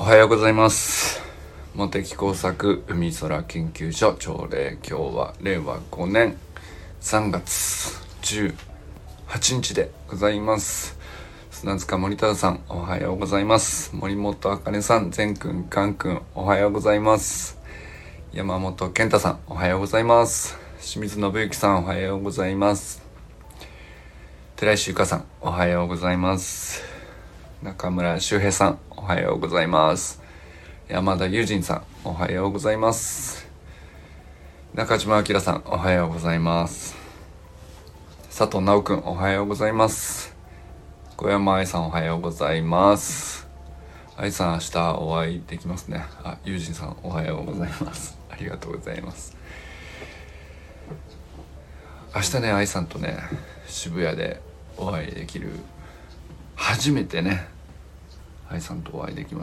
はようございます。茂木工作海空研究所朝礼。今日は令和5年3月18日でございます。砂塚森忠さん、おはようございます。森本茜さん、善くん、かんくん、おはようございます。山本健太さん、おはようございます。清水信之さん、おはようございます。寺石ゆかさん、おはようございます。中村修平さん、おはようございます。山田友人さん、おはようございます。中島明さん、おはようございます。佐藤直くん、おはようございます。小山愛さん、おはようございます。愛さん、明日お会いできますね。友人さん、おはようございます。ありがとうございます。明日ね、愛さんとね、渋谷でお会いできる。初めてね、愛さんとお会いできます。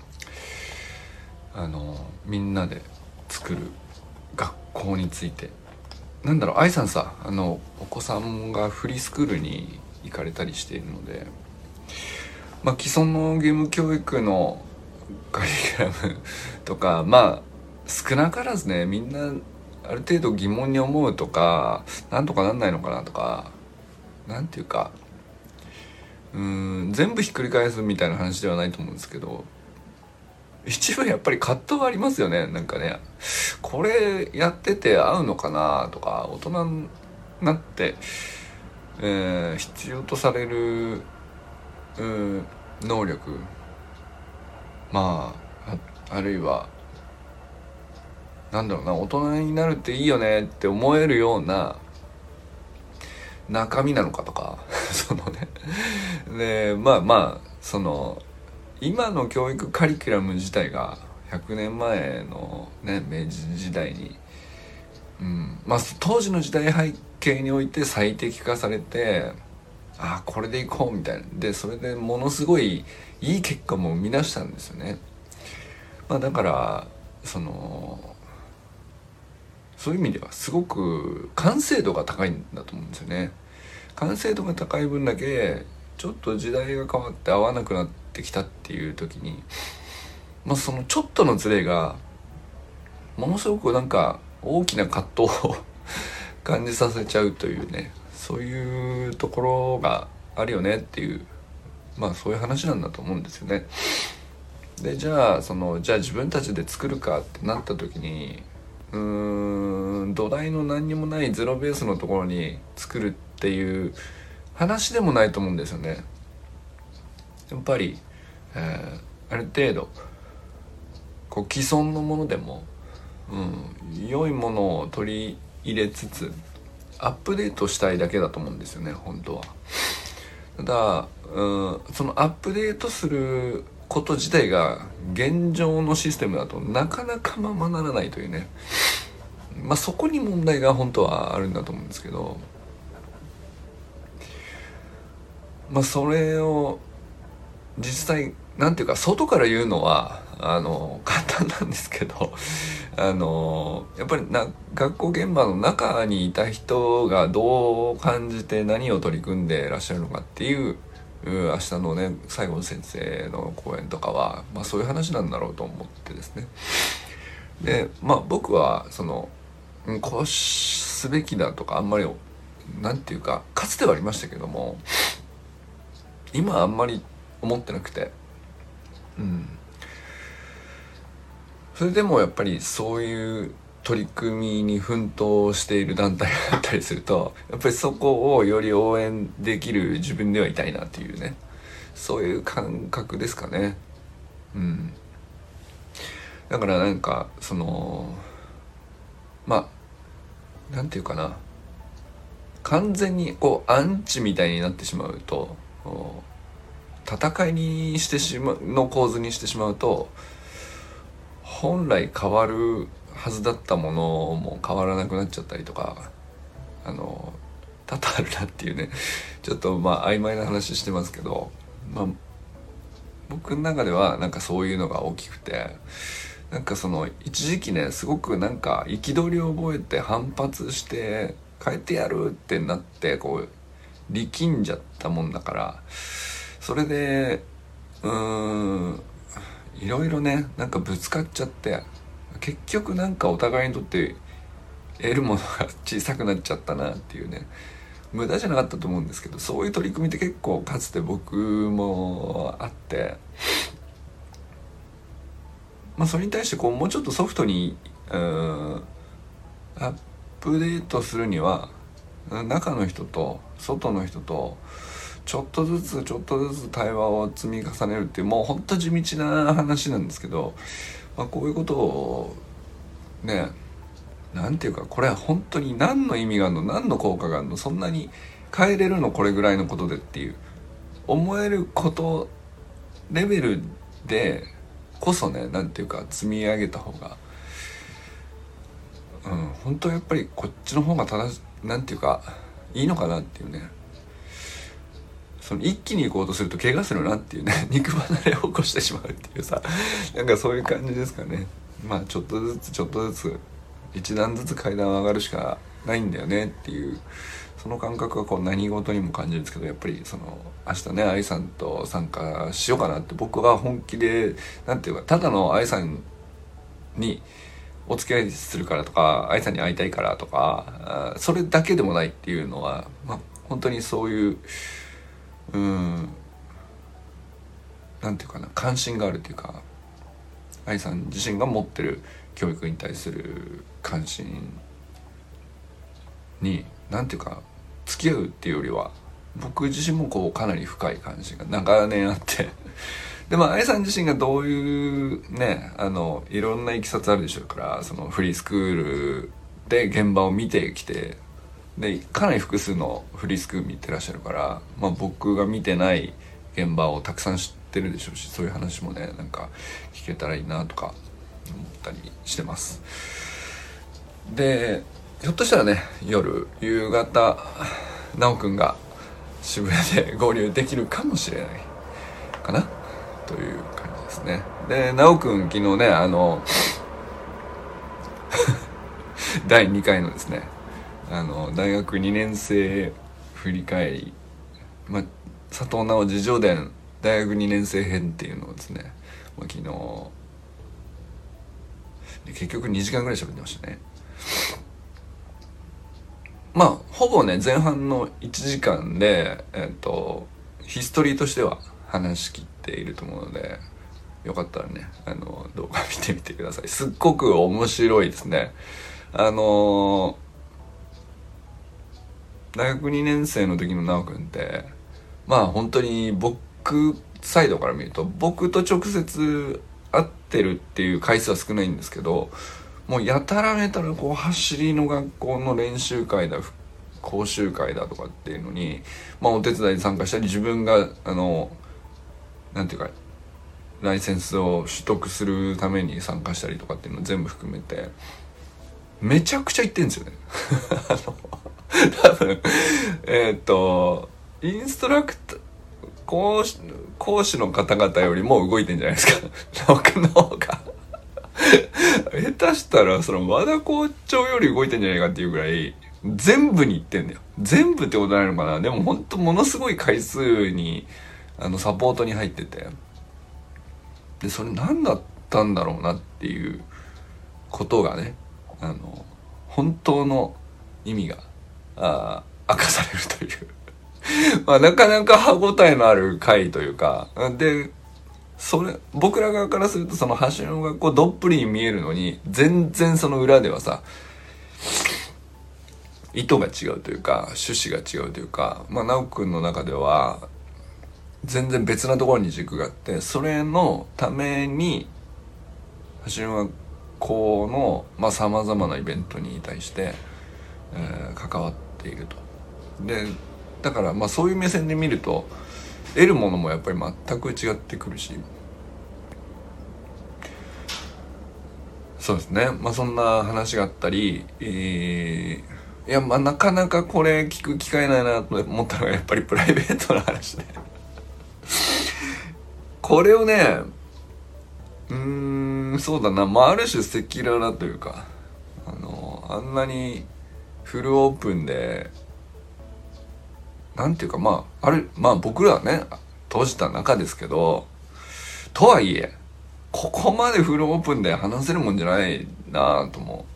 みんなで作る学校について、愛さんさ、お子さんがフリースクールに行かれたりしているので、既存の義務教育のカリキュラムとか、少なからずね、みんなある程度疑問に思うとか、なんとかなんないのかなとか、なんていうか、全部ひっくり返すみたいな話ではないと思うんですけど、一部やっぱり葛藤はありますよね。これやってて合うのかなとか、大人になって、必要とされる、能力、あるいは大人になるっていいよねって思えるような中身なのかとかで今の教育カリキュラム自体が100年前のね、明治時代に、当時の時代背景において最適化されて、これでいこうみたいなで、それでものすごいいい結果も生み出したんですよね。だからそういう意味ではすごく完成度が高いんだと思うんですよね。完成度が高い分だけちょっと時代が変わって合わなくなってきたっていう時に、そのちょっとのズレがものすごく大きな葛藤を感じさせちゃうというね、そういうところがあるよねっていう、そういう話なんだと思うんですよね。で、じゃあ自分たちで作るかってなった時に、土台の何にもないゼロベースのところに作るっていう話でもないと思うんですよね。やっぱり、ある程度既存のものでも、良いものを取り入れつつアップデートしたいだけだと思うんですよね、本当は。ただ、そのアップデートすること自体が現状のシステムだとなかなかままならないというね、そこに問題が本当はあるんだと思うんですけど、それを実際外から言うのは簡単なんですけど、やっぱり学校現場の中にいた人がどう感じて何を取り組んでいらっしゃるのかっていう、明日のね西郷先生の講演とかは、そういう話なんだろうと思ってですね。で、僕はこうすべきだとかあんまりかつてはありましたけども、今はあんまり思ってなくて、それでもやっぱりそういう取り組みに奮闘している団体があったりすると、やっぱりそこをより応援できる自分ではいたいなっていうね、そういう感覚ですかね。だから完全にアンチみたいになってしまうと、戦いにしてしまうの構図にしてしまうと、本来変わるはずだったものも変わらなくなっちゃったりとか、多々あるなっていうね、ちょっと曖昧な話してますけど、僕の中ではそういうのが大きくて、一時期ね、すごく憤りを覚えて反発して変えてやるってなって力んじゃったもんだから、それでいろいろねなんかぶつかっちゃって、結局なんかお互いにとって得るものが小さくなっちゃったなっていうね、無駄じゃなかったと思うんですけど、そういう取り組みって結構かつて僕もあって、それに対してこうもうちょっとソフトにアップデートするには、中の人と外の人とちょっとずつ対話を積み重ねるっていう、もうほんと地道な話なんですけど、こういうことをね、なんていうか、これは本当に何の意味があるの、何の効果があるの、そんなに変えれるのこれぐらいのことでっていう思えることレベルでこそね、なんていうか積み上げた方が、本当やっぱりこっちの方がなんていうかいいのかなっていうね。その一気に行こうとすると怪我するなっていうね、肉離れを起こしてしまうっていうさ、なんかそういう感じですかね。ちょっとずつ一段ずつ階段を上がるしかないんだよねっていう、その感覚はこう何事にも感じるんですけど、やっぱりその明日ね愛さんと参加しようかなって、僕は本気で、なんていうか、ただの愛さんにお付き合いするからとか、愛さんに会いたいからとか、それだけでもないっていうのは、本当にそういうなんていうかな、関心があるっていうか、愛さん自身が持ってる教育に対する関心に、なんていうか付き合うっていうよりは、僕自身もこうかなり深い関心が長年あってで愛さん自身がどういうね、いろんないきさつあるでしょうから、そのフリースクールで現場を見てきて、でかなり複数のフリースクール見てらっしゃるから、僕が見てない現場をたくさん知ってるでしょうし、そういう話もねなんか聞けたらいいなとか思ったりしてます。でひょっとしたらね、夕方なおくんが渋谷で合流できるかもしれないかなという感じですね。でなおくん昨日ね第2回のですね、大学2年生振り返り、佐藤直自叙伝大学2年生編っていうのをですね、昨日結局2時間ぐらい喋ってましたね。ほぼね前半の1時間でヒストリーとしては話し切っていると思うので、よかったらね動画見てみてください。すっごく面白いですね。大学2年生の時の直くんって本当に僕サイドから見ると、僕と直接会ってるっていう回数は少ないんですけど、もうやたらめたらこう走りの学校の練習会だ講習会だとかっていうのに、お手伝いに参加したり、自分がなんていうかライセンスを取得するために参加したりとかっていうのを全部含めてめちゃくちゃ行ってんですよね多分インストラクター講師の方々よりも動いてんじゃないですか僕の方が下手したらその和田校長より動いてんじゃないかっていうぐらい全部に行ってんだよ。全部ってことないのかな、でも本当ものすごい回数にサポートに入ってて、でそれ何だったんだろうなっていうことがね、本当の意味が明かされるというなかなか歯応えのある回というか、でそれ僕ら側からすると、その橋の学校どっぷりに見えるのに、全然その裏ではさ意図が違うというか趣旨が違うというか、直くんの中では全然別なところに軸があって、それのために橋の学校のさまざまなイベントに対して、関わっていると。でだからそういう目線で見ると得るものもやっぱり全く違ってくるし、そうですね、そんな話があったり、いやなかなかこれ聞く機会ないなと思ったのがやっぱりプライベートな話でこれをねそうだな、ある種赤裸々というか、あんなにフルオープンで、なんていうか僕らはね閉じた中ですけど、とはいえここまでフルオープンで話せるもんじゃないなとも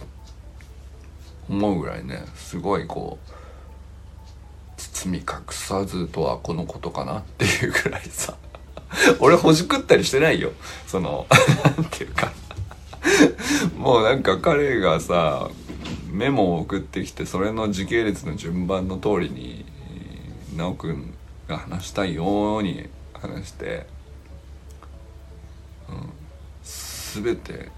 思うぐらいね、すごいこう包み隠さずとはこのことかなっていうぐらいさ俺ほじくったりしてないよ、そのなんていうかもうなんか彼がさメモを送ってきて、それの時系列の順番の通りになおくんが話したいように話して、全て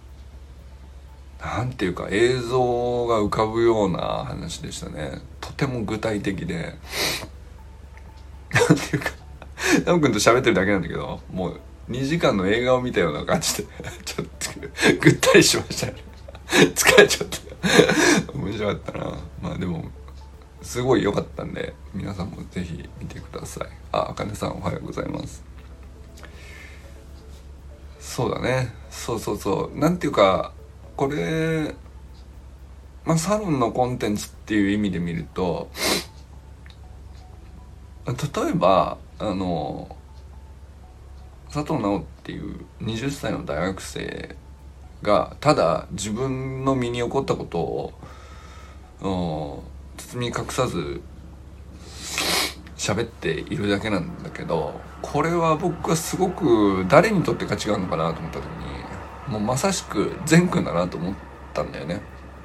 なんていうか映像が浮かぶような話でしたね。とても具体的でなんていうかなおくんと喋ってるだけなんだけど、もう2時間の映画を見たような感じでちょっとぐったりしましたね疲れちゃった面白かったな。まあでもすごい良かったんで、皆さんもぜひ見てください。あかねさんおはようございます。そうだね、そうなんていうかこれ、サロンのコンテンツっていう意味で見ると、例えば佐藤直っていう20歳の大学生がただ自分の身に起こったことを包み隠さず喋っているだけなんだけど、これは僕はすごく誰にとって価値があるのかなと思った時に、もうまさしく善くんだなと思ったんだよね。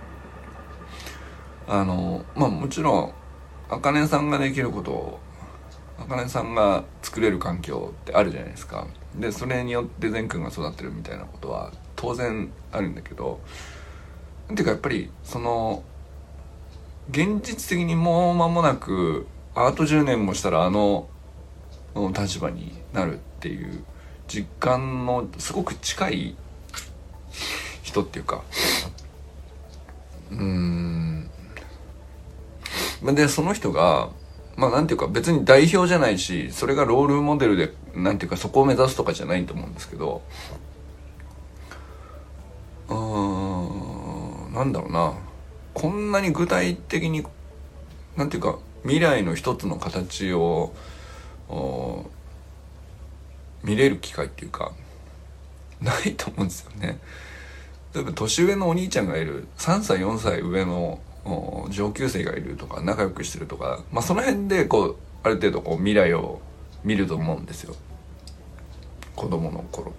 もちろんあかねさんができることを、あかねさんが作れる環境ってあるじゃないですか。でそれによって善くんが育ってるみたいなことは当然あるんだけど、なんていうかやっぱりその現実的にもう間もなくあと10年もしたら立場になるっていう実感のすごく近い人っていうか、でその人がなんていうか別に代表じゃないし、それがロールモデルでなんていうかそこを目指すとかじゃないと思うんですけど、なんだろうな、こんなに具体的になんていうか未来の一つの形を見れる機会っていうかないと思うんですよね。例えば年上のお兄ちゃんがいる、3歳4歳上の上級生がいるとか仲良くしてるとか、その辺でこうある程度こう未来を見ると思うんですよ、子供の頃って。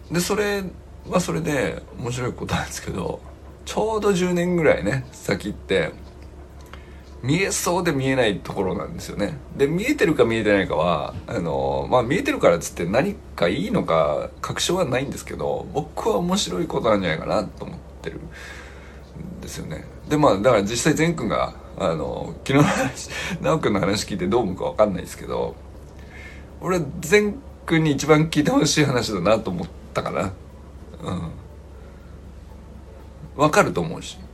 でそれはそれで面白いことなんですけど、ちょうど10年ぐらいね先って見えそうで見えないところなんですよね。で見えてるか見えてないかは見えてるからっつって何かいいのか確証はないんですけど、僕は面白いことなんじゃないかなと思ってるんですよね。でだから実際善くんが昨日の話直くんの話聞いてどう思うか分かんないですけど、俺は善くんに一番聞いてほしい話だなと思ったかな。分かると思うし、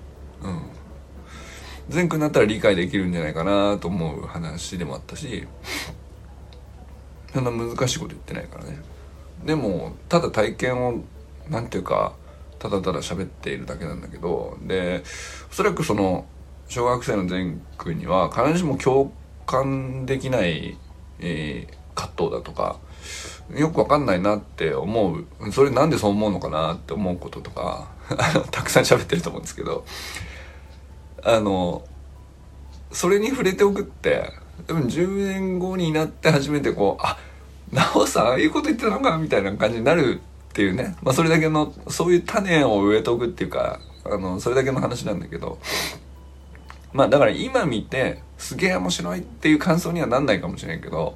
善くんだったら理解できるんじゃないかなと思う話でもあったし、そんな難しいこと言ってないからね。でもただ体験をなんていうかただただ喋っているだけなんだけど、でおそらくその小学生の善くんには必ずしも共感できない、葛藤だとかよくわかんないなって思う、それなんでそう思うのかなって思うこととかたくさん喋ってると思うんですけど、それに触れておくって多分10年後になって初めてこうなおさんああいうこと言ってたのかみたいな感じになるっていうね、それだけのそういう種を植えておくっていうかそれだけの話なんだけど、だから今見てすげえ面白いっていう感想にはなんないかもしれないけど、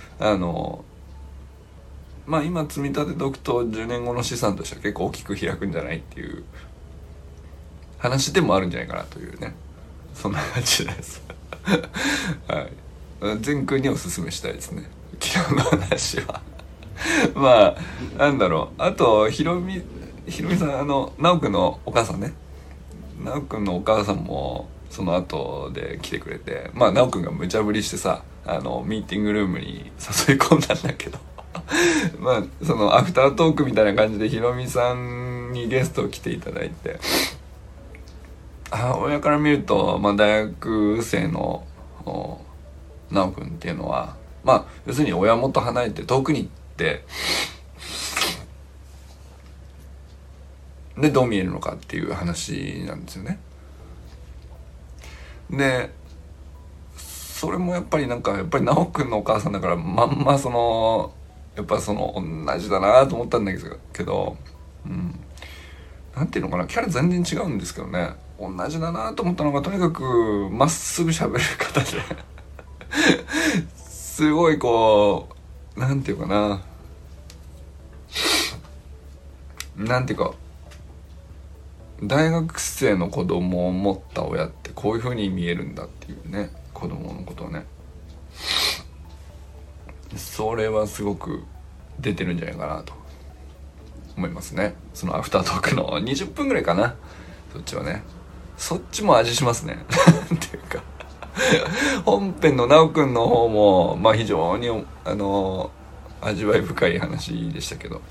今積み立てておくと10年後の資産としては結構大きく開くんじゃないっていう話でもあるんじゃないかなというね、そんな感じですはい、善くんにおすすめしたいですね、昨日の話はなんだろう、あとひろみさん直くんのお母さんね、直くんのお母さんもその後で来てくれて、直くんが無茶ぶりしてさミーティングルームに誘い込んだんだけどそのアフタートークみたいな感じでひろみさんにゲストを来ていただいて、親から見ると、大学生の直くんっていうのは要するに親元離れて遠くに 、でどう見えるのかっていう話なんですよね。でそれもやっぱりなんかやっぱり修くんのお母さんだからまんまそのやっぱその同じだなと思ったんだけど、なんていうのかな、キャラ全然違うんですけどね、同じだなと思ったのがとにかくまっすぐ喋る方ですごいこうなんていうかな、なんていうか大学生の子供を持った親ってこういう風に見えるんだっていうね、子供のことをね、それはすごく出てるんじゃないかなと思いますね。そのアフタートークの20分ぐらいかな、そっちはね、そっちも味しますねっていうか本編の修くんの方もまあ非常に味わい深い話でしたけど、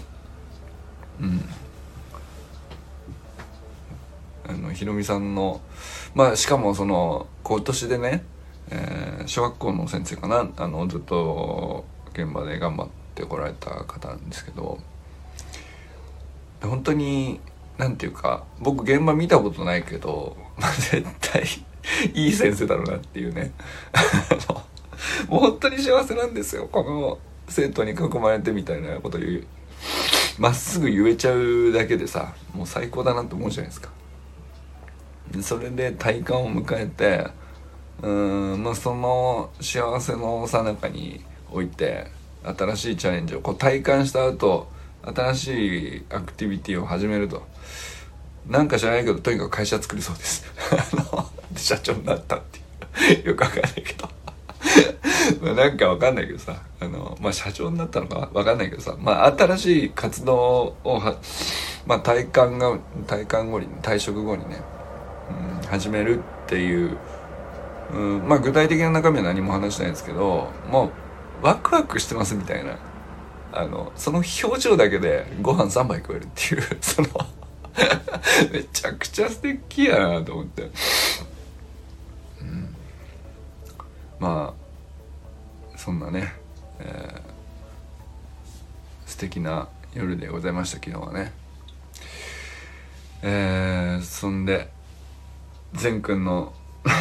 ひろみさんのまあしかもその今年でね、小学校の先生かな、ずっと現場で頑張ってこられた方なんですけど、本当になんていうか、僕現場見たことないけど、まあ、絶対いい先生だろうなっていうねもう本当に幸せなんですよ、この生徒に囲まれてみたいなことを言う、まっすぐ言えちゃうだけでさ、もう最高だなって思うじゃないですか。それで体感を迎えて、まあ、その幸せの最中において新しいチャレンジをこう体感した後、新しいアクティビティを始めると、なんか知らないけどとにかく会社作るそうですで社長になったっていうよくわかんないけどなんかわかんないけどさ、まあ社長になったのかわかんないけどさ、まあ新しい活動をまあ退官後に退職後にね、始めるっていう、まあ具体的な中身は何も話してないんですけど、もうワクワクしてますみたいな、その表情だけでご飯3杯食えるっていうそのめちゃくちゃ素敵やなと思って、まあそんなね、素敵な夜でございました昨日はね。そんで善くんの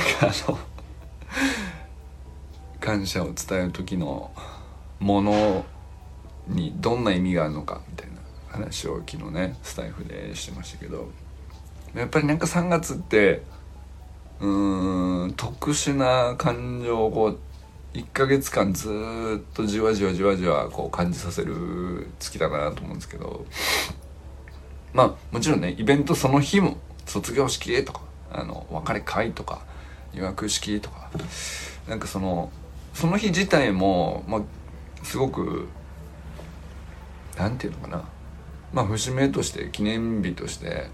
感謝を伝える時のものにどんな意味があるのかみたいな話を昨日ねスタイフでしてましたけど、やっぱりなんか3月って特殊な感情をこう1ヶ月間ずっとじわじわこう感じさせる月だなと思うんですけど、まあもちろんねイベントその日も卒業式とか別れ会とか入学式とか、なんかその日自体も、まあ、すごくなんていうのかな、まあ節目として記念日として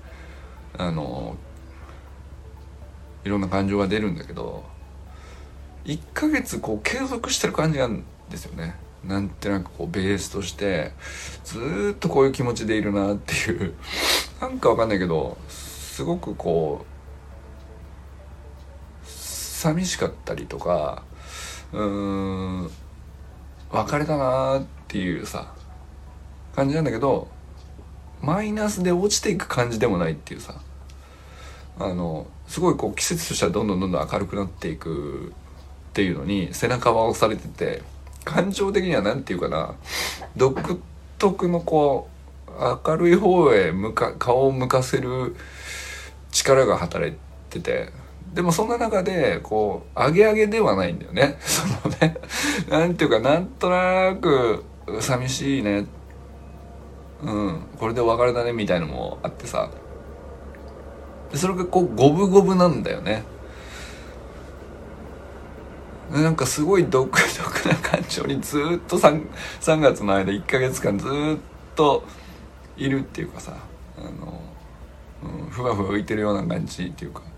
いろんな感情が出るんだけど、1ヶ月こう継続してる感じなんですよね。なんてなくこうベースとしてずっとこういう気持ちでいるなっていうなんかわかんないけどすごくこう寂しかったりとか別れたなっていうさ感じなんだけど、マイナスで落ちていく感じでもないっていうさ、すごいこう季節としてはどんどん明るくなっていくっていうのに背中は押されてて、感情的にはなんていうかな、独特のこう明るい方へ顔を向かせる力が働いてて、でもそんな中でこう上げではないんだよねそのねなんていうか、なんとなく寂しいね、これでお別れだねみたいのもあってさ、それがこう五分五分なんだよね。なんかすごい独特な感情にずっと 3月の間1ヶ月間ずっといるっていうかさ、ふわふわ浮いてるような感じっていうか、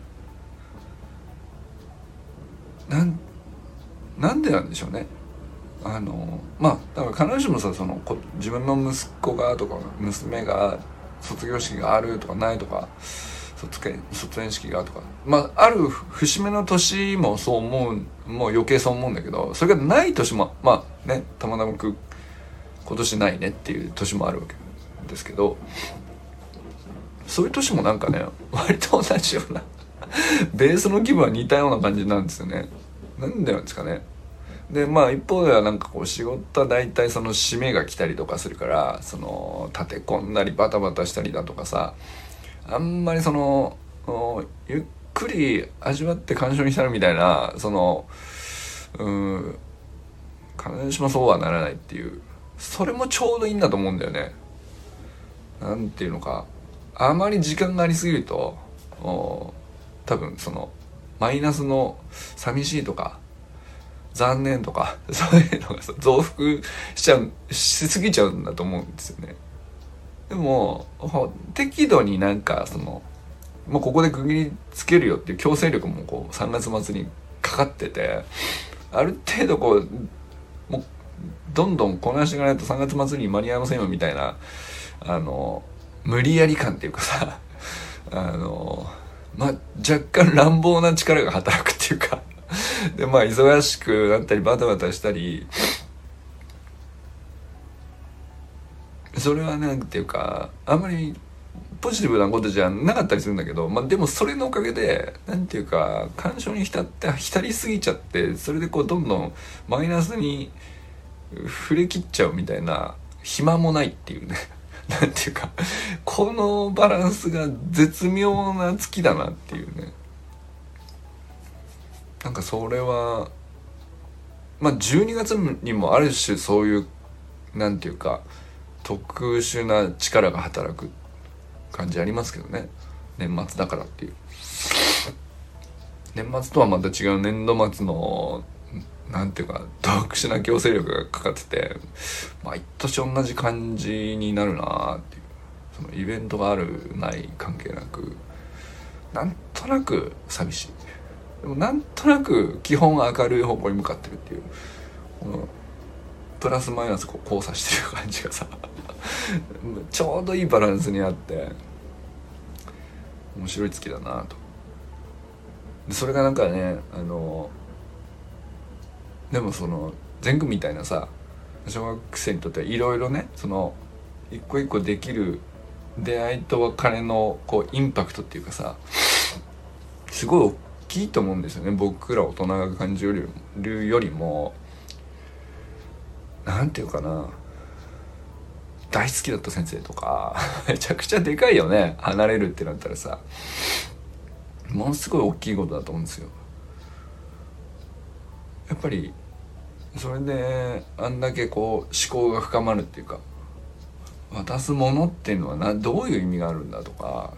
なんでなんでしょうね。まあだから彼女もさ、自分の息子がとか娘が卒業式があるとかないとか卒園式がとか、まあある節目の年もそう思う、もう余計そう思うんだけど、それがない年もまあねたまたま今年ないねっていう年もあるわけですけど、そういう年もなんかね割と同じようなベースの気分は似たような感じなんですよね。なんでなんですかね。でまあ一方ではなんかこう仕事は大体その締めが来たりとかするから、その立て込んだりバタバタしたりだとかさ、あんまりそのゆっくり味わって鑑賞に浸るみたいな、その必ずしもそうはならないっていう、それもちょうどいいんだと思うんだよね。なんていうのか、あまり時間がありすぎると多分そのマイナスの寂しいとか残念とかそういうのがさ増幅しすぎちゃうんだと思うんですよね。でも適度になんかそのもうここで区切りつけるよっていう強制力もこう3月末にかかってて、ある程度こうもうどんどんこなしていかないと3月末に間に合いませんよみたいな無理やり感っていうかさまあ若干乱暴な力が働くっていうかでまあ忙しくなったりバタバタしたり、それはなんていうかあんまりポジティブなことじゃなかったりするんだけど、まあでもそれのおかげでなんていうか感傷に浸りすぎちゃって、それでこうどんどんマイナスに触れ切っちゃうみたいな暇もないっていうねなんていうかこのバランスが絶妙な月だなっていうね。なんかそれはまあ12月にもある種そういうなんていうか特殊な力が働く感じありますけどね、年末だからっていう。年末とはまた違う年度末のなんていうか特殊な強制力がかかってて、毎年同じ感じになるなっていう、そのイベントがあるない関係なくなんとなく寂しい、でもなんとなく基本明るい方向に向かってるっていう、このプラスマイナスこう交差してる感じがさちょうどいいバランスにあって面白い月だなと。でそれがなんかねでもその全組みたいなさ小学生にとってはいろいろね、その一個一個できる出会いと別れのこうインパクトっていうかさ、すごい大きいと思うんですよね。僕ら大人が感じるよりもなんていうかな、大好きだった先生とかめちゃくちゃでかいよね、離れるってなったらさものすごい大きいことだと思うんですよ。やっぱりそれであんだけこう思考が深まるっていうか、渡すものっていうのはどういう意味があるんだとか、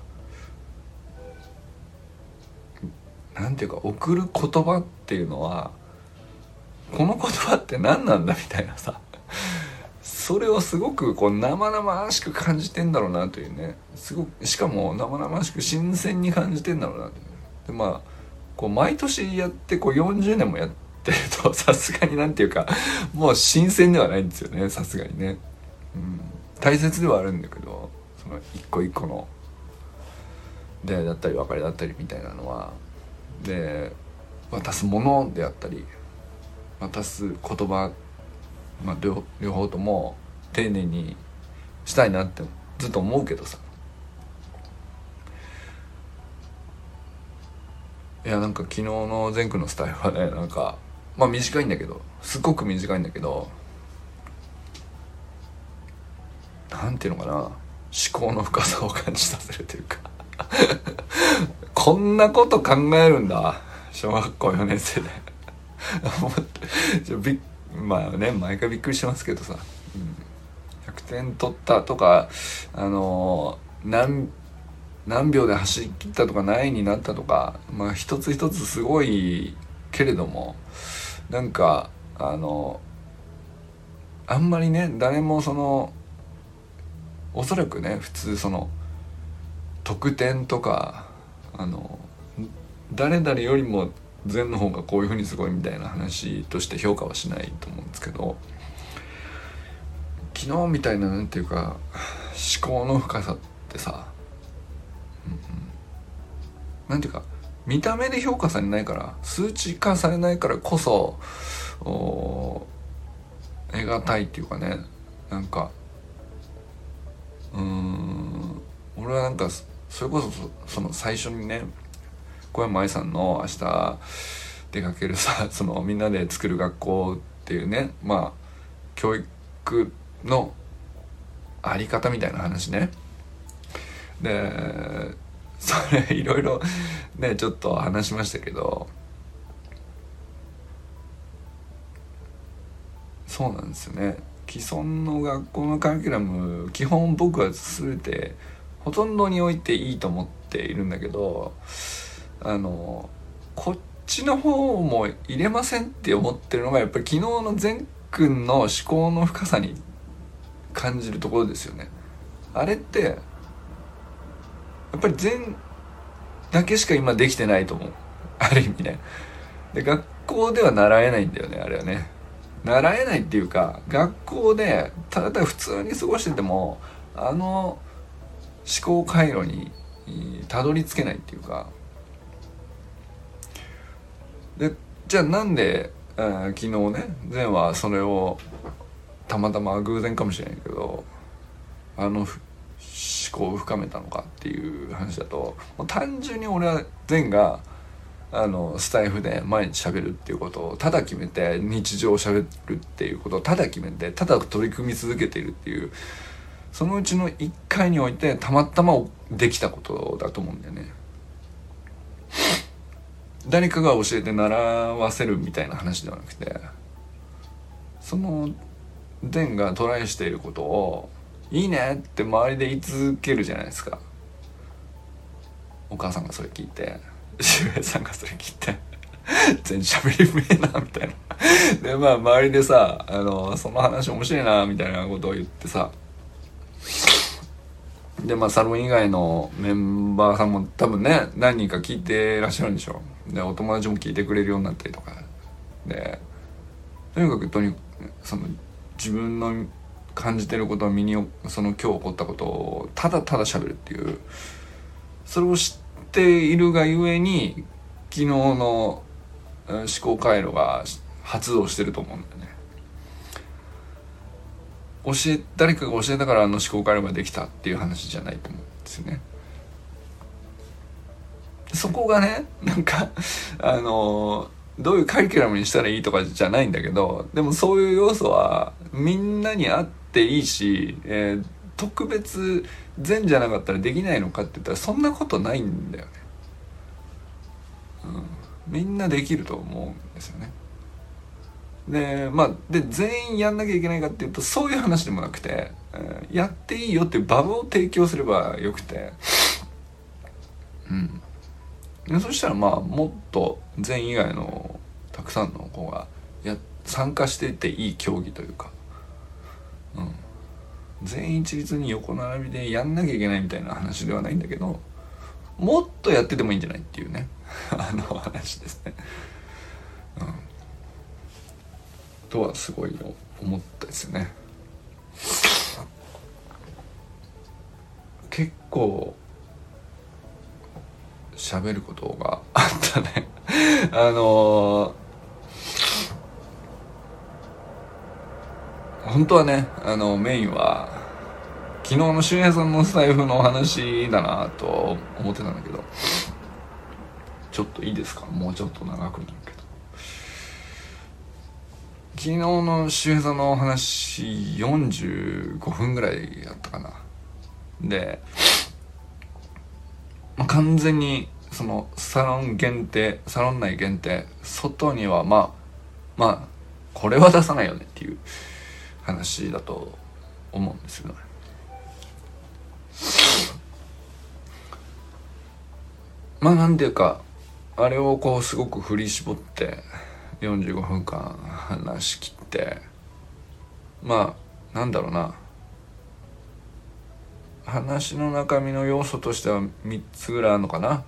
なんていうか送る言葉っていうのはこの言葉って何なんだみたいなさ、それをすごくこう生々しく感じてんだろうなというね、すごくしかも生々しく新鮮に感じてんだろうなという。でまあこう毎年やってこう40年もやってるとさすがになんていうかもう新鮮ではないんですよね、さすがにね、大切ではあるんだけど、その一個一個の出会いだったり別れだったりみたいなのはで、渡すものであったり渡す言葉、まあ、両方とも丁寧にしたいなってずっと思うけどさ、いやなんか昨日の前区のスタイルはね、なんかまあ短いんだけどすっごく短いんだけど、なんていうのかな、思考の深さを感じさせるというかこんなこと考えるんだ小学校4年生でまあね毎回びっくりしてますけどさ、100点取ったとか何秒で走り切ったとか何位になったとか、まあ一つ一つすごいけれども、なんかあんまりね誰もそのおそらくね普通その得点とか誰々よりも前の方がこういう風にすごいみたいな話として評価はしないと思うんですけど、昨日みたいななんていうか思考の深さってさ、なんていうか見た目で評価されないから、数値化されないからこそ得難いっていうかね、 なんか俺はなんかそれこそその最初にね小山愛さんの明日出かけるさそのみんなで作る学校っていうねまあ教育のあり方みたいな話ねでそれいろいろねちょっと話しましたけどそうなんですよね既存の学校のカリキュラム基本僕は全てほとんどにおいていいと思っているんだけどこっちの方も入れませんって思ってるのがやっぱり昨日の善くんの思考の深さに感じるところですよね。あれってやっぱり善だけしか今できてないと思うある意味ね。で学校では習えないんだよねあれはね。習えないっていうか学校でただ普通に過ごしてても思考回路にたどり着けないっていうかでじゃあなんで、昨日ね善はそれをたまたま偶然かもしれないけど思考を深めたのかっていう話だともう単純に俺は善がスタイフで毎日喋るっていうことをただ決めて日常を喋るっていうことをただ決めてただ取り組み続けているっていうそのうちの1回においてたまたまできたことだと思うんだよね。誰かが教えて習わせるみたいな話ではなくてその善がトライしていることをいいねって周りで言い続けるじゃないですか。お母さんがそれ聞いて周平さんがそれ聞いて全然喋りうめえなみたいなでまあ周りでさその話面白いなみたいなことを言ってさでまあサロン以外のメンバーさんも多分ね何人か聞いてらっしゃるんでしょ。でお友達も聞いてくれるようになったりとかでとにかくその自分の感じてることをその今日起こったことをただただ喋るっていうそれを知っているがゆえに昨日の思考回路が発動してると思うんだよね。誰かが教えたから思考回路ができたっていう話じゃないと思うんですよね。そこがねなんかどういうカリキュラムにしたらいいとかじゃないんだけどでもそういう要素はみんなにあっていいし、特別善じゃなかったらできないのかって言ったらそんなことないんだよね。みんなできると思うんですよね。で全員やんなきゃいけないかっていうとそういう話でもなくて、やっていいよっていう場を提供すればよくてそしたらまあもっと善以外のたくさんの子が参加していっていい競技というか、全員一律に横並びでやんなきゃいけないみたいな話ではないんだけどもっとやっててもいいんじゃないっていうね話ですね。とはすごい思ったですよね。結構喋ることがあったね本当はねメインは昨日の周平さんのスタイフの話だなと思ってたんだけどちょっといいですかもうちょっと長くなるけど昨日の周平さんの話45分ぐらいやったかな。で、完全にそのサロン内限定外にはまあこれは出さないよねっていう話だと思うんですよね。なんていうかあれをこうすごく振り絞って45分間話し切ってなんだろうな話の中身の要素としては3つぐらいあるのかな。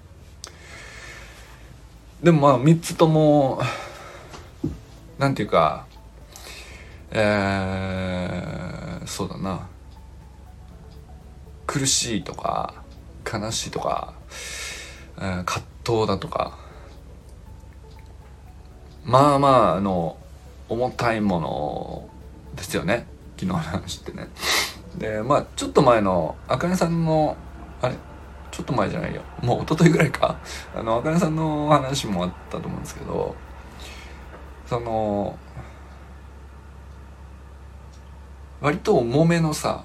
でも3つともなんていうかそうだな苦しいとか悲しいとか、葛藤だとか重たいものですよね。 昨日の話ってね。でまあちょっと前のあかねさんのちょっと前じゃないよ、もう一昨日ぐらいか、あかねさんの話もあったと思うんですけど、その割と重めのさ、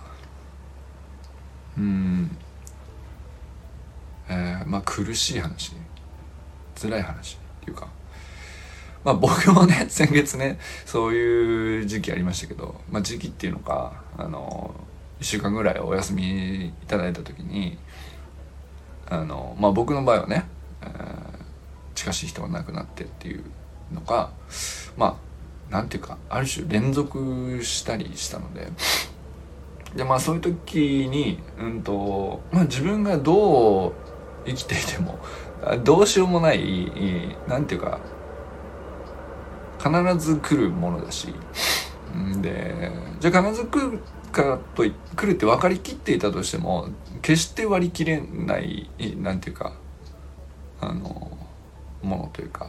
まあ苦しい話、辛い話っていうか、まあ僕もね先月ねそういう時期ありましたけど、まあ時期っていうのか1週間ぐらいお休みいただいた時にまあ僕の場合はね、近しい人が亡くなってっていうのがまあなんていうかある種連続したりしたのでまあそういう時にまあ自分がどう生きていてもどうしようもないなんていうか必ず来るものだし、でじゃあ必ず来る来るって分かりきっていたとしても決して割り切れないなんていうかものというか、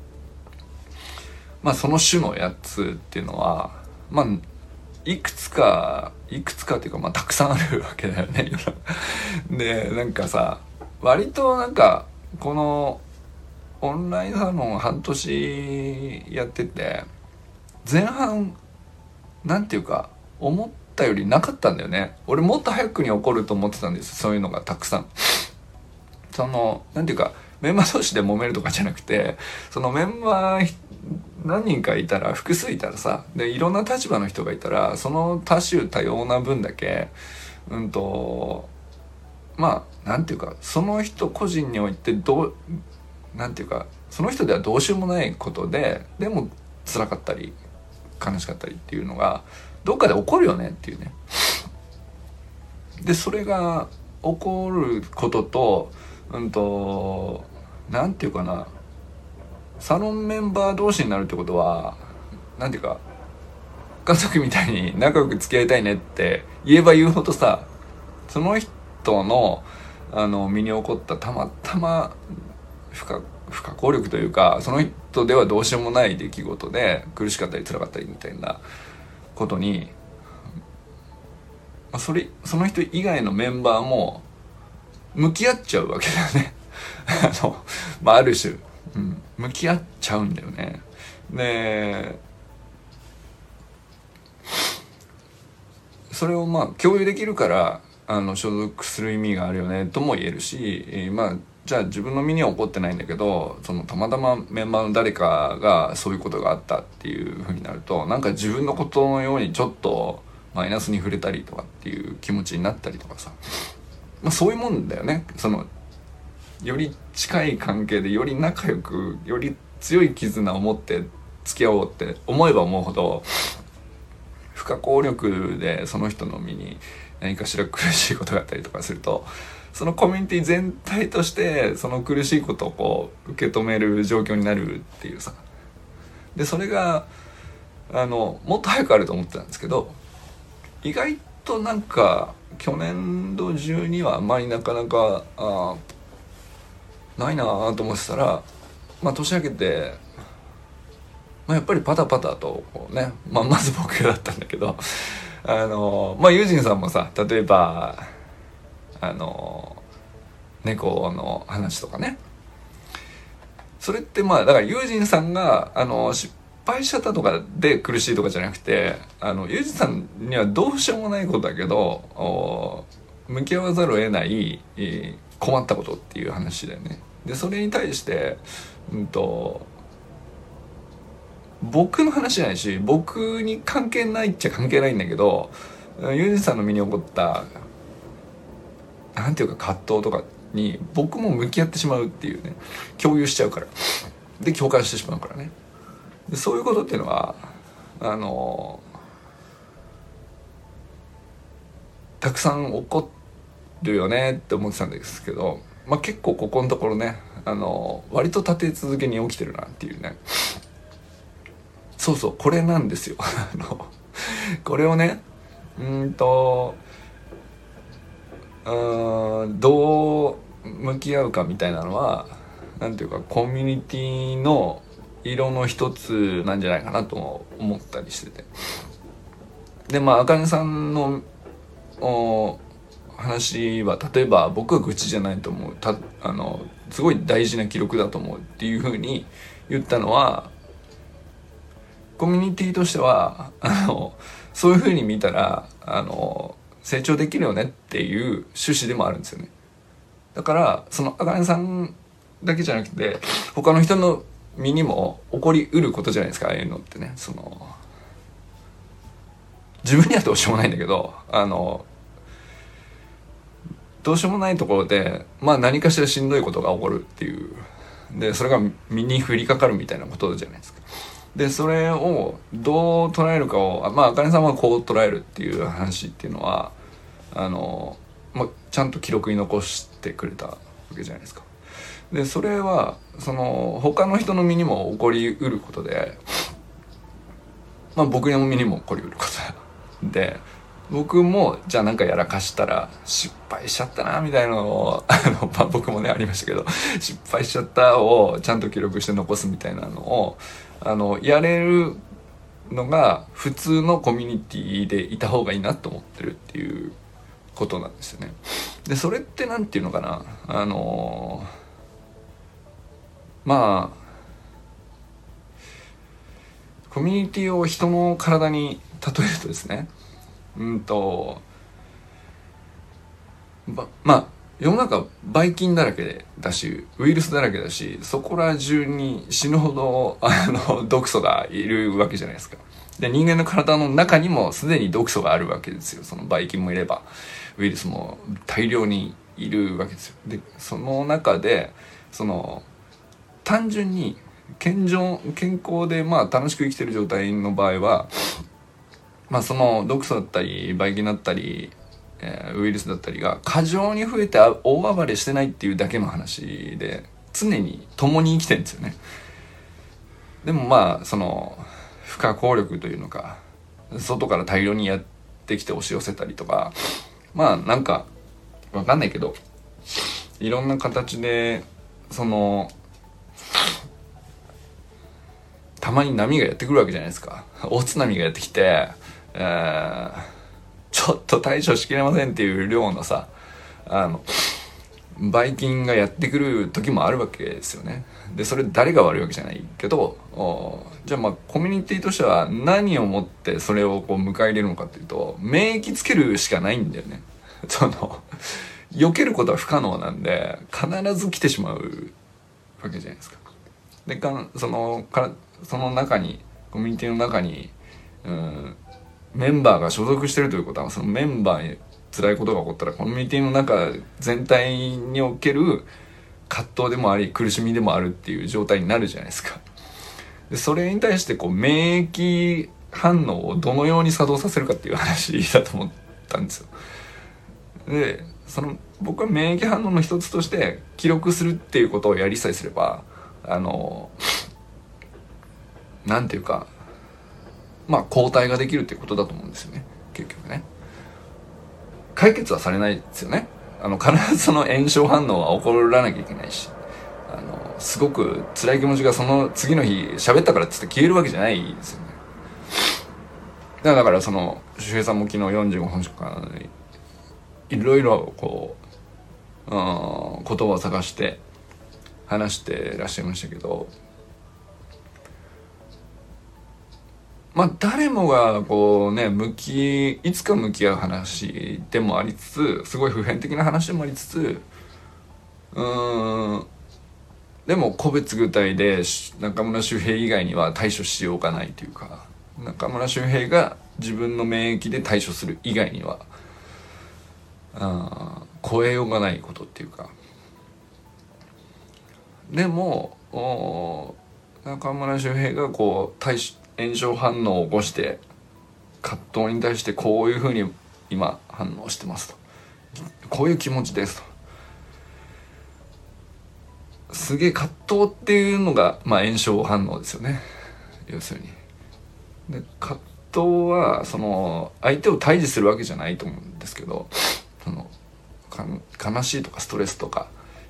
まあその種のやつっていうのはまあいくつかっていうかまあたくさんあるわけだよねでなんかさ割となんかこのオンラインサロン半年やってて前半なんていうか思ったよりなかったんだよね。俺もっと早くに起こると思ってたんです、そういうのがたくさん。なんていうかメンバー同士で揉めるとかじゃなくて、そのメンバー何人かいたら複数いたらさ、でいろんな立場の人がいたらその多種多様な分だけまあなんていうかその人個人においてなんていうかその人ではどうしようもないことでも辛かったり悲しかったりっていうのがどっかで起こるよねっていうね。でそれが起こることとなんていうかな、サロンメンバー同士になるってことはなんていうか家族みたいに仲良く付き合いたいねって言えば言うほどさ、その人の身に起こったたまたま不可抗力というか、その人ではどうしようもない出来事で苦しかったり辛かったりみたいなことに、その人以外のメンバーも向き合っちゃうわけだよねまあある種、向き合っちゃうんだよね。でそれをまあ共有できるから所属する意味があるよねとも言えるし、まあじゃあ自分の身には起こってないんだけどたまたまメンバーの誰かがそういうことがあったっていう風になるとなんか自分のことのようにちょっとマイナスに触れたりとかっていう気持ちになったりとかさ、まあそういうもんだよね。より近い関係でより仲良くより強い絆を持って付き合おうって思えば思うほど不可抗力でその人の身に何かしら苦しいことがあったりとかすると、そのコミュニティ全体としてその苦しいことをこう受け止める状況になるっていうさ。でそれがもっと早くあると思ってたんですけど、意外となんか去年度中にはあんまりなかなかないなと思ってたら、まあ年明けて、まあ、やっぱりパタパタとこうね、まず僕だったんだけどまあユージンさんもさ、例えば猫の話とかね、それってまあだからユージンさんが失敗しちゃったとかで苦しいとかじゃなくて、ユージンさんにはどうしようもないことだけど向き合わざるを得ない困ったことっていう話だよね。でそれに対して僕の話じゃないし僕に関係ないっちゃ関係ないんだけど、ユージさんの身に起こったなんていうか葛藤とかに僕も向き合ってしまうっていうね、共有しちゃうからで共感してしまうからね。でそういうことっていうのはたくさん起こるよねって思ってたんですけど、まあ結構ここのところね割と立て続けに起きてるなっていうね。そうこれなんですよこれをねどう向き合うかみたいなのはなんていうかコミュニティの色の一つなんじゃないかなと思ったりしてて、 でまああかねさんの話は、例えば僕は愚痴じゃないと思う、すごい大事な記録だと思うっていう風に言ったのは、コミュニティとしてはそういう風に見たら成長できるよねっていう趣旨でもあるんですよね。だからそのあかねさんだけじゃなくて他の人の身にも起こりうることじゃないですか、ああいうのってね。自分にはどうしようもないんだけどどうしようもないところでまあ何かしらしんどいことが起こるっていう、でそれが身に降りかかるみたいなことじゃないですか。でそれをどう捉えるかをまああかねさんはこう捉えるっていう話っていうのはちゃんと記録に残してくれたわけじゃないですか。でそれは他の人の身にも起こりうることで、まあ僕の身にも起こりうることで、僕もじゃあなんかやらかしたら失敗しちゃったなみたいなのをまあ僕もねありましたけど、失敗しちゃったをちゃんと記録して残すみたいなのをやれるのが普通のコミュニティでいた方がいいなと思ってるっていうことなんですよね。でそれってなんていうのかな、まあコミュニティを人の体に例えるとですね、まあ世の中ばい菌だらけだしウイルスだらけだし、そこら中に死ぬほど毒素がいるわけじゃないですか。で人間の体の中にもすでに毒素があるわけですよ。そのばい菌もいればウイルスも大量にいるわけですよ。でその中で単純に健康でまあ楽しく生きてる状態の場合は、まあその毒素だったりばい菌だったりウイルスだったりが過剰に増えて大暴れしてないっていうだけの話で、常に共に生きてるんですよね。でもまあ不可抗力というのか、外から大量にやってきて押し寄せたりとか、まあなんかわかんないけどいろんな形でたまに波がやってくるわけじゃないですか。大津波がやってきて、ちょっと対処しきれませんっていう量のさばい菌がやってくる時もあるわけですよね。でそれ誰が悪いわけじゃないけど、じゃあまあコミュニティとしては何をもってそれをこう迎え入れるのかっていうと、免疫つけるしかないんだよね。避けることは不可能なんで必ず来てしまうわけじゃないですか。でその中にコミュニティの中にメンバーが所属してるということは、そのメンバーに辛いことが起こったらコミュニティの中全体における葛藤でもあり苦しみでもあるっていう状態になるじゃないですか。でそれに対して免疫反応をどのように作動させるかっていう話だと思ったんですよ。で僕は免疫反応の一つとして記録するっていうことをやりさえすればなんていうかまあ抗体ができるっていうことだと思うんですよね。結局ね解決はされないですよね。必ずその炎症反応は起こらなきゃいけないし、すごく辛い気持ちがその次の日喋ったからっつって消えるわけじゃないですよね。だから周平さんも昨日45分間いろいろ言葉を探して話してらっしゃいましたけど、まあ誰もがいつか向き合う話でもありつつ、すごい普遍的な話でもありつつ、でも個別具体で中村周平以外には対処しようがないというか、中村周平が自分の免疫で対処する以外には超えようがないことっていうか。でも中村周平が炎症反応を起こして葛藤に対してこういうふうに今反応してますと、こういう気持ちですと、すげえ葛藤っていうのが炎症反応ですよね。要するにで葛藤は相手を対峙するわけじゃないと思うんですけど、悲しいとかストレスとか、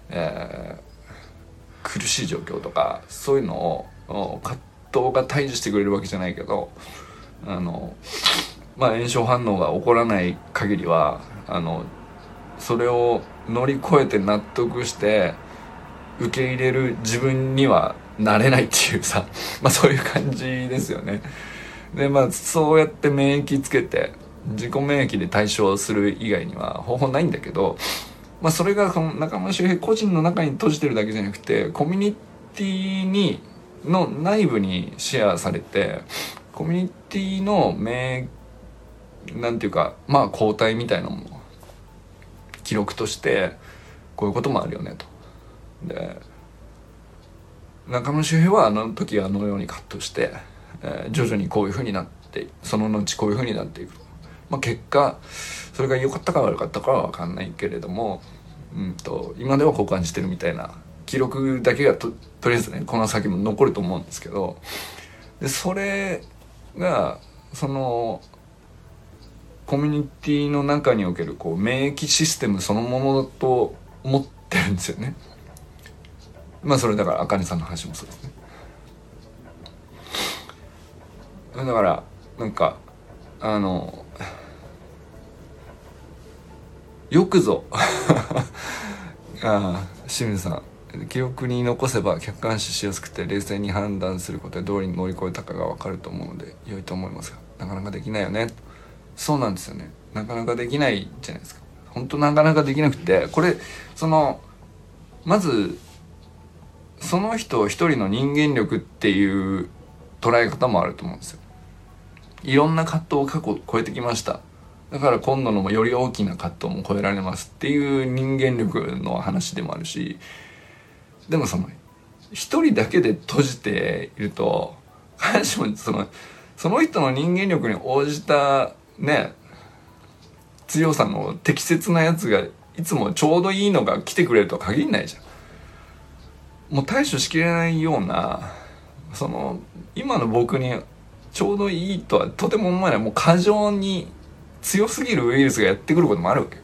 苦しい状況とかそういうのを葛藤が対峙してくれるわけじゃないけど炎症反応が起こらない限りはそれを乗り越えて納得して受け入れる自分にはなれないっていうさそういう感じですよね。でそうやって免疫つけて自己免疫で対処する以外には方法ないんだけど、それがその中村周平個人の中に閉じてるだけじゃなくてコミュニティの内部にシェアされて、コミュニティのなんていうか抗体みたいなもの記録としてこういうこともあるよねと。で中村周平はあの時あのように葛藤して、徐々にこういう風になってその後こういう風になっていくと、結果それが良かったか悪かったかは分かんないけれども、今ではこう感じてるみたいな記録だけがとりあえずねこの先も残ると思うんですけど、でそれがそのコミュニティの中におけるこう免疫システムそのものだと思ってるんですよね。それだから茜さんの話もそうですね。だからなんかよくぞ清水さん、記憶に残せば客観視しやすくて冷静に判断することでどうに乗り越えたかが分かると思うので良いと思いますが、なかなかできないよね。そうなんですよね。なかなかできないじゃないですか。本当なかなかできなくて、これまずその人一人の人間力っていう捉え方もあると思うんですよ。いろんな葛藤を過去超えてきました、だから今度のより大きな葛藤も超えられますっていう人間力の話でもあるし、でも一人だけで閉じていると必ずしもその人の人間力に応じたね強さの適切なやつがいつもちょうどいいのが来てくれるとは限らないじゃん。もう対処しきれないような今の僕にちょうどいいとはとても思えない、もう過剰に強すぎるウイルスがやってくることもあるわけよ。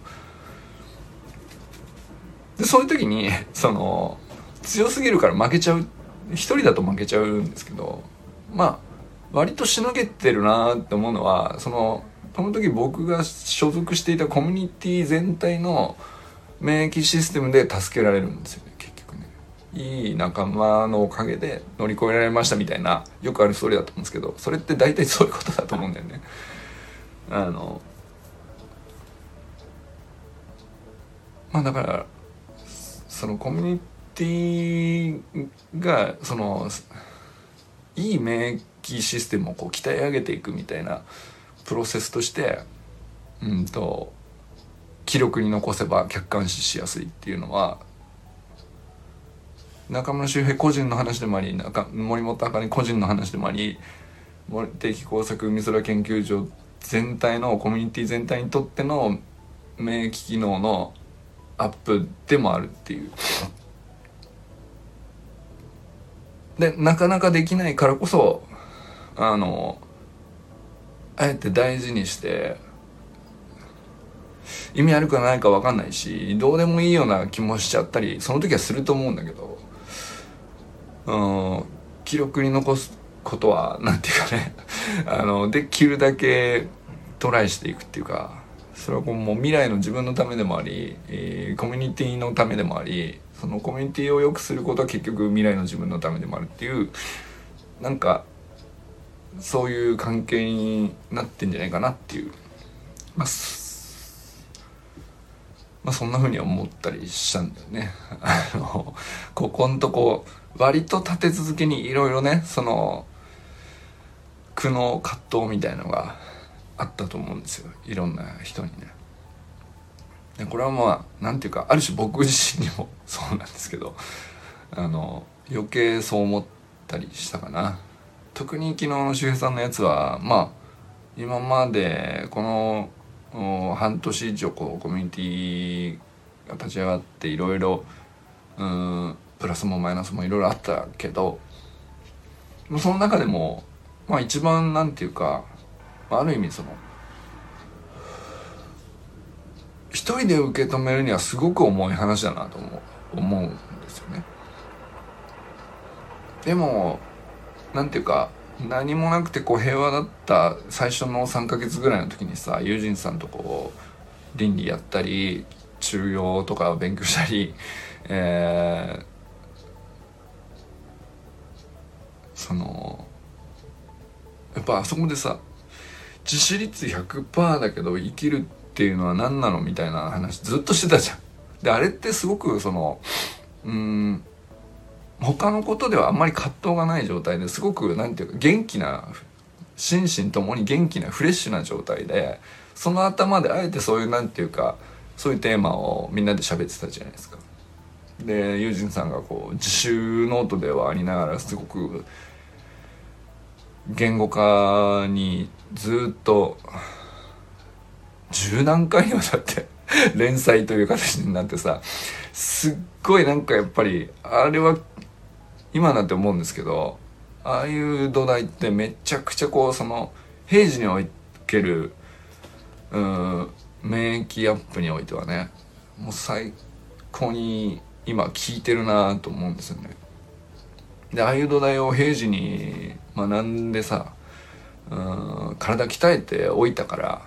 でそういう時に強すぎるから負けちゃう、一人だと負けちゃうんですけど、割としのげてるなって思うのはその時僕が所属していたコミュニティ全体の免疫システムで助けられるんですよね。結局ね、いい仲間のおかげで乗り越えられましたみたいなよくあるストーリーだと思うんですけど、それって大体そういうことだと思うんだよね。だからそのコミュニティがいい免疫システムをこう鍛え上げていくみたいなプロセスとして記録に残せば客観視しやすいっていうのは中村周平個人の話でもあり森本茜個人の話でもあり、定期工作海空研究所全体のコミュニティ全体にとっての免疫機能のアップでもあるっていう。でなかなかできないからこそあえて大事にして意味あるかないか分かんないしどうでもいいような気もしちゃったりその時はすると思うんだけど、記録に残すことはなんていうかねできるだけトライしていくっていうか、それはもう未来の自分のためでもあり、コミュニティのためでもあり、そのコミュニティを良くすることは結局未来の自分のためでもあるっていうなんかそういう関係になってんじゃないかなっていう、そんな風に思ったりしたんだよね。ここんとこ割と立て続けにいろいろね苦悩葛藤みたいのがあったと思うんですよ、いろんな人にね。でこれはなんていうかある種僕自身にもそうなんですけど余計そう思ったりしたかな。特に昨日の周平さんのやつは今までこの半年以上コミュニティが立ち上がっていろいろプラスもマイナスもいろいろあったけど、その中でも一番なんていうかある意味一人で受け止めるにはすごく重い話だなと思うんですよね。でもなんていうか何もなくてこう平和だった最初の3ヶ月ぐらいの時にさ、ユージンさんとこう倫理やったり中庸とか勉強したり、そのやっぱあそこでさ、致死率 100% だけど生きるっていうのは何なのみたいな話ずっとしてたじゃん。であれってすごくその他のことではあんまり葛藤がない状態ですごくなんていうか元気な、心身ともに元気なフレッシュな状態で、その頭であえてそういうなんていうかそういうテーマをみんなで喋ってたじゃないですか。でユージンさんがこう自習ノートではありながらすごく言語化にずっと十何回にわたって連載という形になってさ、すっごいなんかやっぱりあれは今なんて思うんですけど、ああいう土台ってめちゃくちゃこうその平時における免疫アップにおいてはね、もう最高に今効いてるなと思うんですよね。でああいう土台を平時に学んでさ、体鍛えておいたから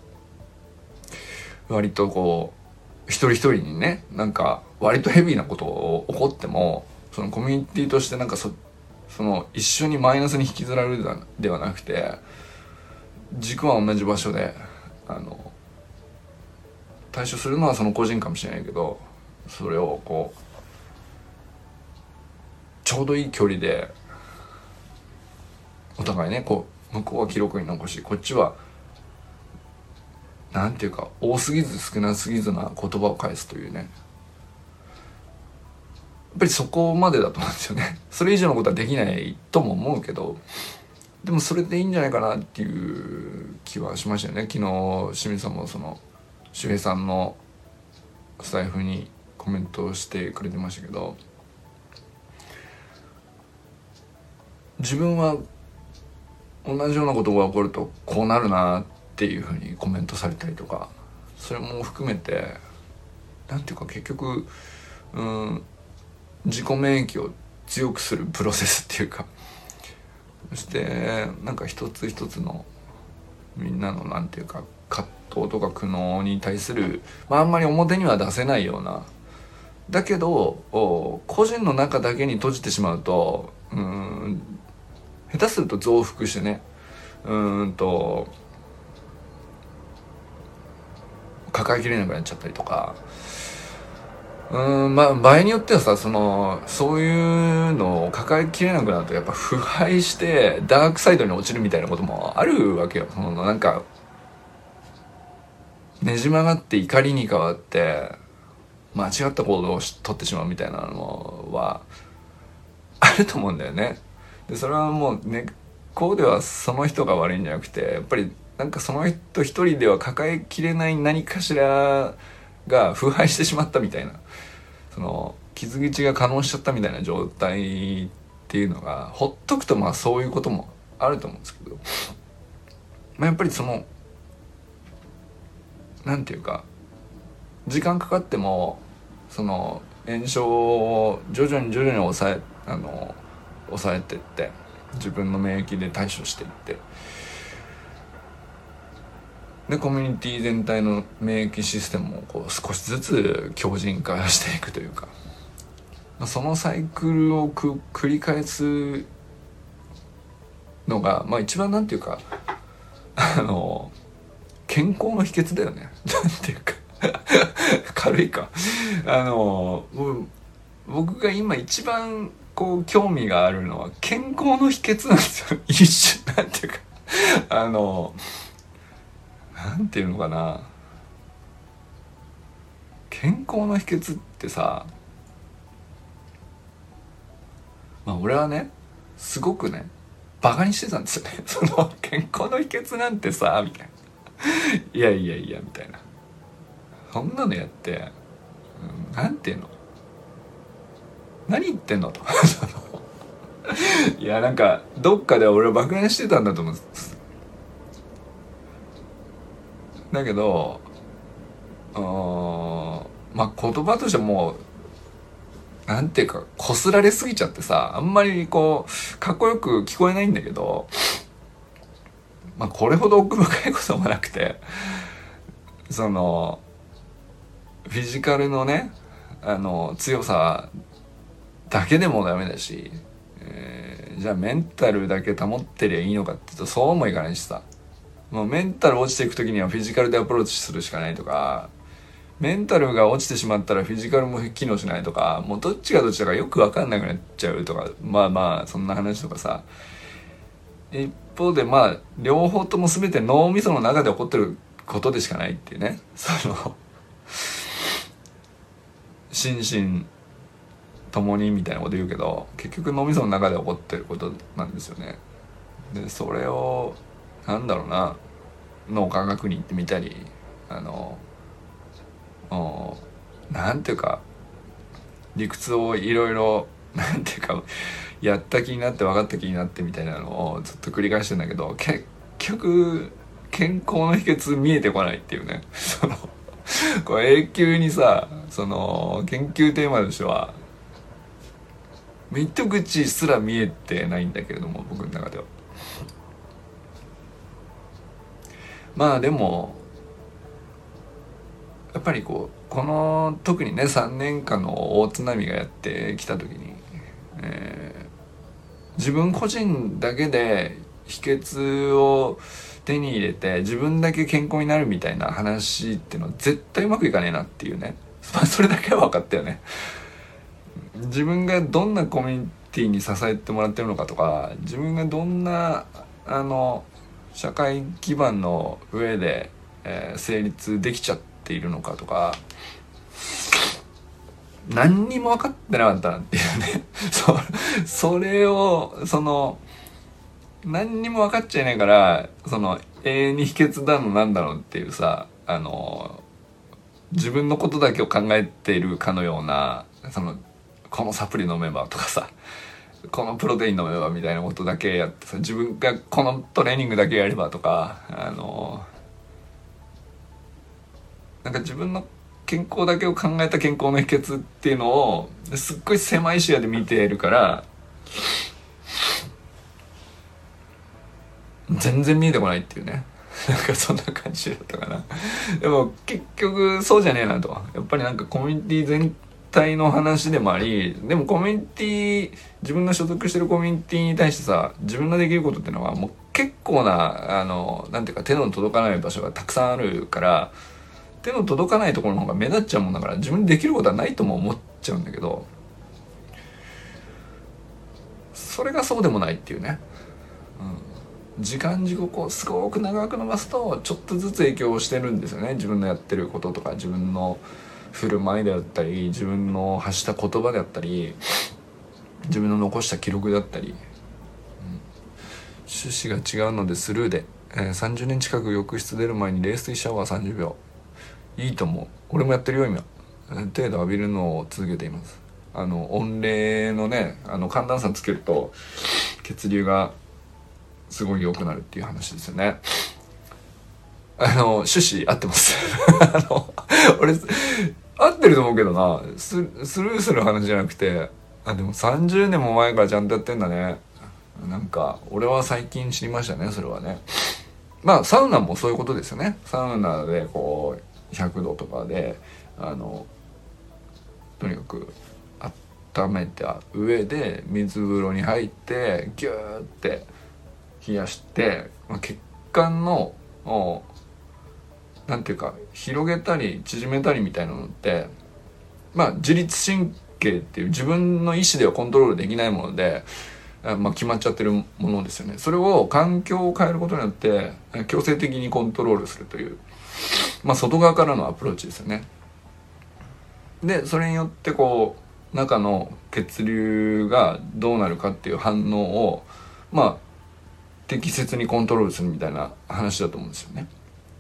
割とこう一人一人にね、なんか割とヘビーなことを起こってもそのコミュニティとしてなんかその一緒にマイナスに引きずられるではなくて、軸は同じ場所で対処するのはその個人かもしれないけど、それをこうちょうどいい距離でお互いね、こう向こうは記録に残し、こっちはなんていうか多すぎず少なすぎずな言葉を返すというね、やっぱりそこまでだと思うんですよね。それ以上のことはできないとも思うけど、でもそれでいいんじゃないかなっていう気はしましたよね。昨日清水さんもその周平さんのスタイフにコメントをしてくれてましたけど、自分は同じようなことが起こるとこうなるなっていうふうにコメントされたりとか、それも含めてなんていうか結局自己免疫を強くするプロセスっていうか、そしてなんか一つ一つのみんなのなんていうか葛藤とか苦悩に対する、あんまり表には出せないような、だけど個人の中だけに閉じてしまうと下手すると増幅してね、抱えきれなくなっちゃったりとか、場合によってはさ、そういうのを抱えきれなくなるとやっぱ腐敗してダークサイドに落ちるみたいなこともあるわけよ。なんかねじ曲がって怒りに変わって間違った行動を取ってしまうみたいなのはあると思うんだよね。でそれはもう根っこではその人が悪いんじゃなくて、やっぱりなんかその人一人では抱えきれない何かしらが腐敗してしまったみたいな、その傷口が可能しちゃったみたいな状態っていうのがほっとくとそういうこともあると思うんですけど、やっぱりそのなんていうか時間かかってもその炎症を徐々に抑えてって自分の免疫で対処していって、でコミュニティ全体の免疫システムをこう少しずつ強靭化していくというか、そのサイクルを繰り返すのが一番なんていうか健康の秘訣だよね。なんていうか軽いか僕が今一番こう興味があるのは健康の秘訣なんですよ。一種なんていうかなんていうのかな、健康の秘訣ってさ、俺はねすごくねバカにしてたんですよね。その健康の秘訣なんてさみたいな、いやみたいな、そんなのやって、なんていうの何言ってんのといやなんかどっかで俺は爆弾してたんだと思うんです。だけど言葉としてもなんていうかこすられすぎちゃってさ、あんまりこうかっこよく聞こえないんだけど、まあこれほど奥深いこともなくて、そのフィジカルのね強さだけでもダメだし、じゃあメンタルだけ保ってりゃいいのかって言うとそうもいかないしさ、もうメンタル落ちていく時にはフィジカルでアプローチするしかないとか、メンタルが落ちてしまったらフィジカルも機能しないとか、もうどっちがどっちだかよく分かんなくなっちゃうとか、まあまあそんな話とかさ、一方でまあ両方とも全て脳みその中で起こってることでしかないっていうね、その心身ともにみたいなこと言うけど、結局脳みその中で起こってることなんですよね。でそれをなんだろうな、脳科学に行ってみたり、なんていうか理屈をいろいろなんていうかやった気になって分かった気になってみたいなのをずっと繰り返してんだけど、結局健康の秘訣見えてこないっていうねそのこれ永久にさ、その研究テーマとしては糸口すら見えてないんだけれども、僕の中では。まあでもやっぱりこの特にね3年間の大津波がやってきた時に、自分個人だけで秘訣を手に入れて自分だけ健康になるみたいな話っていうのは絶対うまくいかねえなっていうね、まあ、それだけは分かったよね。自分がどんなコミュニティに支えてもらってるのかとか、自分がどんな社会基盤の上で、成立できちゃっているのかとか、何にも分かってなかったなっていうねそれを何にも分かっちゃいないから、永遠に秘訣だのなんだろうっていうさ、自分のことだけを考えているかのような、このサプリ飲めばとかさ、このプロテイン飲めばみたいなことだけやってさ、自分がこのトレーニングだけやればとか、なんか自分の健康だけを考えた健康の秘訣っていうのをすっごい狭い視野で見ているから全然見えてこないっていうねなんかそんな感じだったかな。でも結局そうじゃねえなと。やっぱりなんかコミュニティ全体の話でもあり、でもコミュニティ、自分の所属してるコミュニティに対してさ、自分のできることっていうのはもう結構ななんていうか手の届かない場所がたくさんあるから、手の届かないところの方が目立っちゃうもんだから、自分にできることはないとも思っちゃうんだけど、それがそうでもないっていうね、時間軸をこうすごく長く伸ばすとちょっとずつ影響してるんですよね。自分のやってることとか、自分の振る舞いであったり、自分の発した言葉であったり、自分の残した記録だったり、趣旨が違うのでスルーで、30年近く浴室出る前に冷水シャワー30秒いいと思う。俺もやってるよ今。程度浴びるのを続けています。温冷のね、寒暖差つけると血流がすごい良くなるっていう話ですよね。趣旨合ってます俺合ってると思うけどな、スルーする話じゃなくて、でも30年も前からちゃんとやってんだね。なんか俺は最近知りましたね、それはね。まあサウナもそういうことですよね。サウナでこう100度とかでとにかく温めた上で水風呂に入ってギューって冷やして、血管のなんていうか広げたり縮めたりみたいなのって、自律神経っていう自分の意思ではコントロールできないもので、決まっちゃってるものですよね。それを環境を変えることによって強制的にコントロールするという、外側からのアプローチですよね。でそれによってこう中の血流がどうなるかっていう反応を適切にコントロールするみたいな話だと思うんですよね。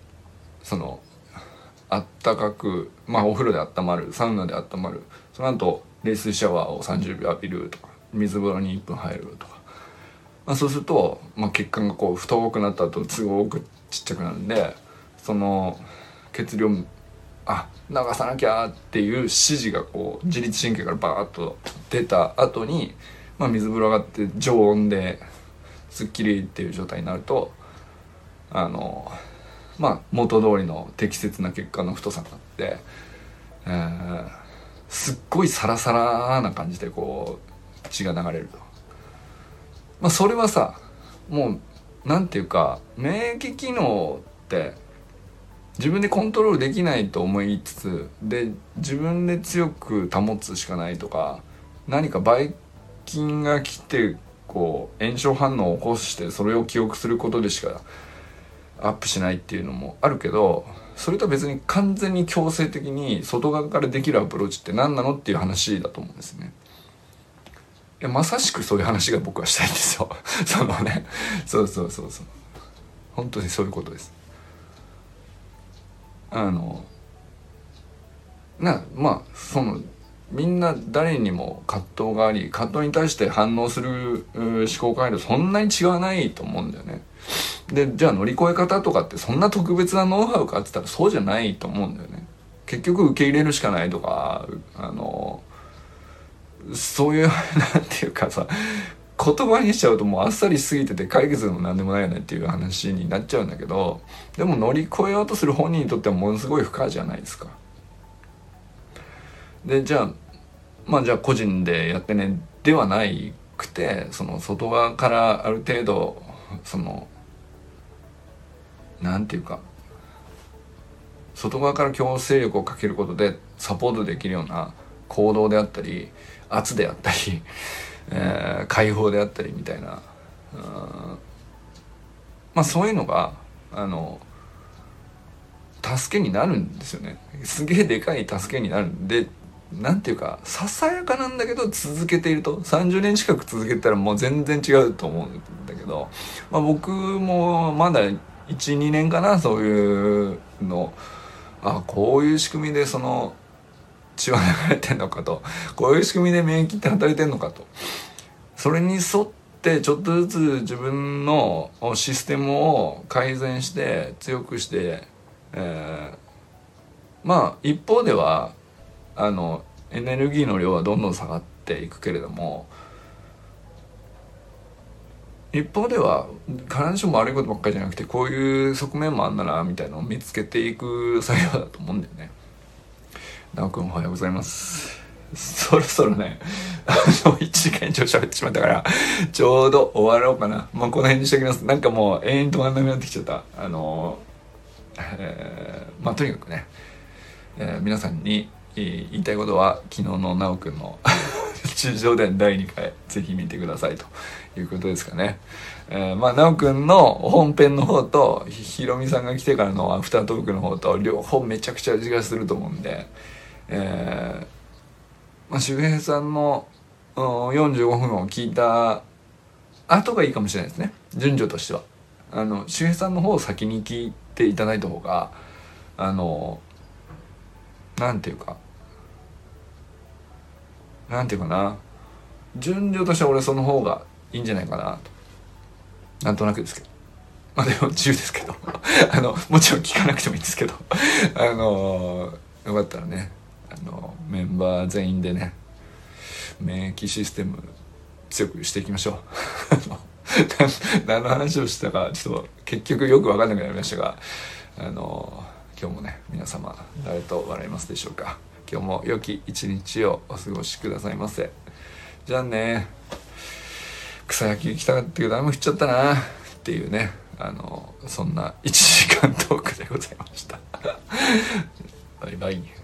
あったかく、お風呂で温まる、サウナで温まる、その後冷水シャワーを30秒浴びるとか、水風呂に1分入るとか、そうすると、血管がこう太くなった後すごくちっちゃくなるんで、その血流を流さなきゃっていう指示がこう自律神経からバーッと出た後に、水風呂上がって常温ですっきりっていう状態になると元通りの適切な血管の太さになって、すっごいサラサラな感じでこう血が流れると。それはさ、もうなんていうか、免疫機能って自分でコントロールできないと思いつつで、自分で強く保つしかないとか、何かばい菌が来てこう炎症反応を起こしてそれを記憶することでしかアップしないっていうのもあるけど、それとは別に完全に強制的に外側からできるアプローチって何なのっていう話だと思うんですね。まさしくそういう話が僕はしたいんですよそのね、そう本当にそういうことです。みんな誰にも葛藤があり、葛藤に対して反応する思考回路そんなに違わないと思うんだよね。で、じゃあ乗り越え方とかってそんな特別なノウハウかって言ったらそうじゃないと思うんだよね。結局受け入れるしかないとか、そういうなんていうかさ、言葉にしちゃうともうあっさりしすぎてて解決でも何でもないよねっていう話になっちゃうんだけど、でも乗り越えようとする本人にとってはものすごい負荷じゃないですか。で、じゃあ個人でやってねではないくて、その外側からある程度なんていうか、外側から強制力をかけることでサポートできるような行動であったり圧であったり、解放であったりみたいな、そういうのが助けになるんですよね。すげえでかい助けになるんで、なんていうか、ささやかなんだけど続けていると、30年近く続けたらもう全然違うと思うんだけど、僕もまだ 1,2 年かな、そういうの、こういう仕組みでその血は流れてんのかと、こういう仕組みで免疫って働いてんのかと、それに沿ってちょっとずつ自分のシステムを改善して強くして、一方ではエネルギーの量はどんどん下がっていくけれども、一方では必ずしも悪いことばっかりじゃなくて、こういう側面もあんだなみたいなのを見つけていく作業だと思うんだよね。なおくんおはようございます。そろそろね1時間以上喋ってしまったからちょうど終わろうかな。この辺にしておきます。なんかもう永遠に止まんなくなってきちゃった。とにかくね、皆さんに言いたいことは、昨日のなおくんの地上で第2回ぜひ見てくださいということですかね。なおくんの本編の方とひろみさんが来てからのアフタートークの方と両方めちゃくちゃ味がすると思うんで、周平さんの45分を聞いた後がいいかもしれないですね、順序としては。周平さんの方を先に聞いていただいた方がなんていうかな、順序としては俺その方がいいんじゃないかなと、なんとなくですけど、でも自由ですけどもちろん聞かなくてもいいんですけどよかったらね、メンバー全員でね、免疫システム強くしていきましょう何の話をしたかちょっと結局よく分かんなくなりましたが、今日もね、皆様誰と笑いますでしょうか。今日も良き一日をお過ごしくださいませ。じゃあね。草野球行きたかったけど雨降っちゃったなっていうね、そんな1時間トークでございましたバイバイ。